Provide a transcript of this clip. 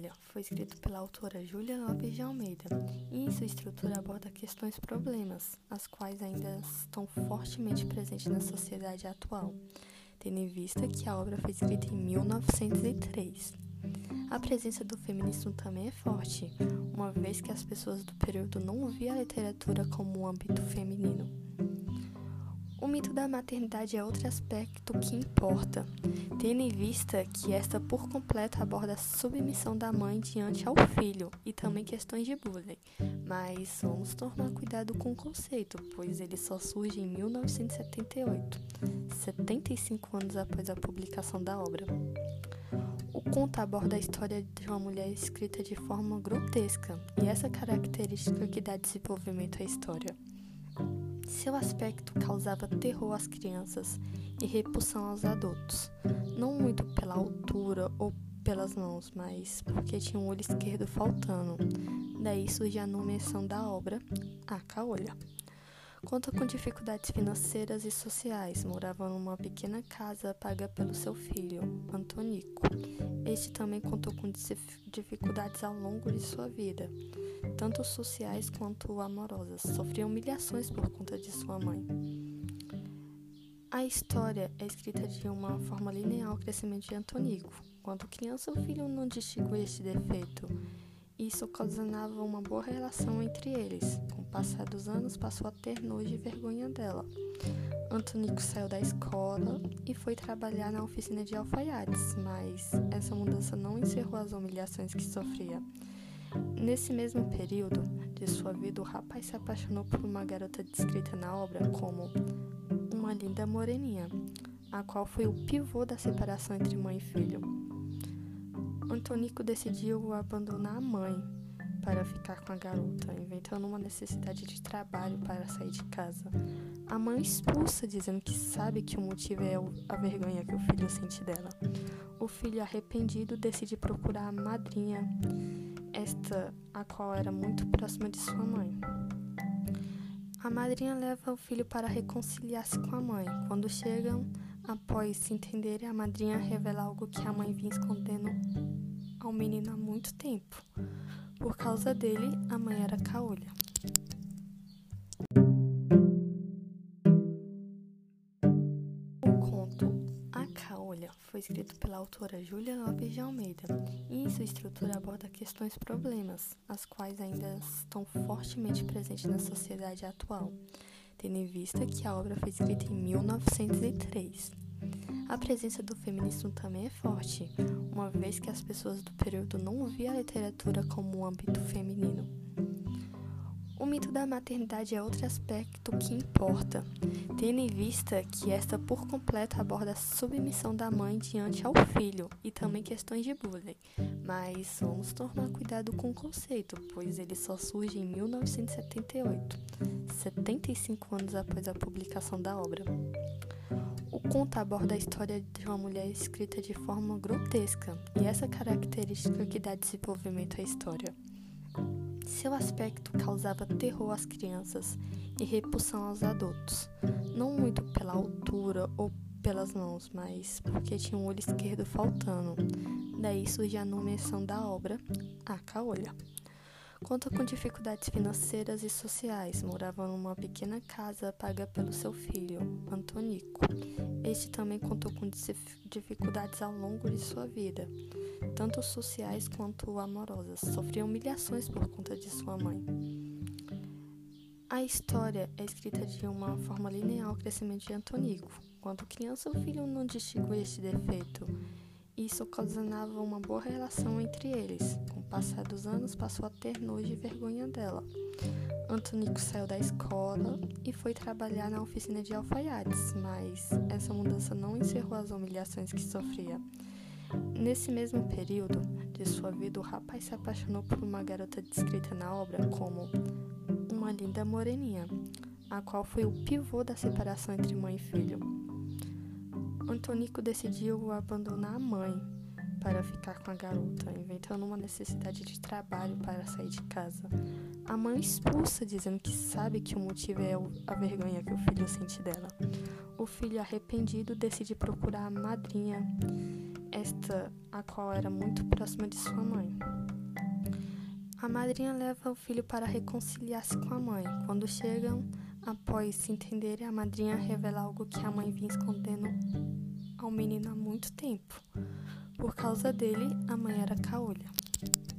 Caolha foi escrito pela autora Júlia Lopes de Almeida e em sua estrutura aborda questões e problemas, as quais ainda estão fortemente presentes na sociedade atual, tendo em vista que a obra foi escrita em 1903. A presença do feminismo também é forte, uma vez que as pessoas do período não viam a literatura como um âmbito feminino. O mito da maternidade é outro aspecto que importa, tendo em vista que esta por completo aborda a submissão da mãe diante ao filho e também questões de bullying. Mas vamos tomar cuidado com o conceito, pois ele só surge em 1978, 75 anos após a publicação da obra. O conto aborda a história de uma mulher escrita de forma grotesca, e essa característica que dá desenvolvimento à história. Seu aspecto causava terror às crianças e repulsão aos adultos, não muito pela altura ou pelas mãos, mas porque tinha um olho esquerdo faltando. Daí surge a nomeação da obra, A Caolha. Conta com dificuldades financeiras e sociais, morava numa pequena casa paga pelo seu filho, Antonico. Este também contou com dificuldades ao longo de sua vida, tanto sociais quanto amorosas. Sofria humilhações por conta de sua mãe. A história é escrita de uma forma linear ao crescimento de Antonico. Quando criança, o filho não distinguiu este defeito. Isso ocasionava uma boa relação entre eles. Com o passar dos anos, passou a ter nojo e vergonha dela. Antonico saiu da escola e foi trabalhar na oficina de alfaiates, mas essa mudança não encerrou as humilhações que sofria. Nesse mesmo período de sua vida, o rapaz se apaixonou por uma garota descrita na obra como uma linda moreninha, a qual foi o pivô da separação entre mãe e filho. Antonico decidiu abandonar a mãe para ficar com a garota, inventando uma necessidade de trabalho para sair de casa. A mãe expulsa, dizendo que sabe que o motivo é a vergonha que o filho sente dela. O filho, arrependido, decide procurar a madrinha, a qual era muito próxima de sua mãe. A madrinha leva o filho para reconciliar-se com a mãe. Quando chegam, após se entenderem, a madrinha revela algo que a mãe vinha escondendo ao menino há muito tempo. Por causa dele, a mãe era caolha. O conto A Caolha foi escrito pela autora Júlia Lopes de Almeida e em sua estrutura aborda questões e problemas, as quais ainda estão fortemente presentes na sociedade atual, tendo em vista que a obra foi escrita em 1903. A presença do feminismo também é forte, uma vez que as pessoas do período não viam a literatura como um âmbito feminino. O mito da maternidade é outro aspecto que importa, tendo em vista que esta por completo aborda a submissão da mãe diante ao filho e também questões de bullying. Mas vamos tomar cuidado com o conceito, pois ele só surge em 1978, 75 anos após a publicação da obra. O conto aborda a história de uma mulher escrita de forma grotesca, e essa característica que dá desenvolvimento à história. Seu aspecto causava terror às crianças e repulsão aos adultos, não muito pela altura ou pelas mãos, mas porque tinha um olho esquerdo faltando. Daí surge a nomeação da obra, A Caolha. Conta com dificuldades financeiras e sociais, morava numa pequena casa paga pelo seu filho, Antonico. Este também contou com dificuldades ao longo de sua vida, tanto sociais quanto amorosas. Sofria humilhações por conta de sua mãe. A história é escrita de uma forma linear ao crescimento de Antonico. Quando criança, o filho não distinguiu este defeito. Isso ocasionava uma boa relação entre eles. Com o passar dos anos, passou a ter nojo e vergonha dela. Antonico saiu da escola e foi trabalhar na oficina de alfaiates, mas essa mudança não encerrou as humilhações que sofria. Nesse mesmo período de sua vida, o rapaz se apaixonou por uma garota descrita na obra como uma linda moreninha, a qual foi o pivô da separação entre mãe e filho. Antonico decidiu abandonar a mãe para ficar com a garota, inventando uma necessidade de trabalho para sair de casa. A mãe expulsa, dizendo que sabe que o motivo é a vergonha que o filho sente dela. O filho, arrependido, decide procurar a madrinha, esta a qual era muito próxima de sua mãe. A madrinha leva o filho para reconciliar-se com a mãe. Quando chegam, após se entenderem, a madrinha revela algo que a mãe vinha escondendo ao menino há muito tempo. Por causa dele, a mãe era caolha.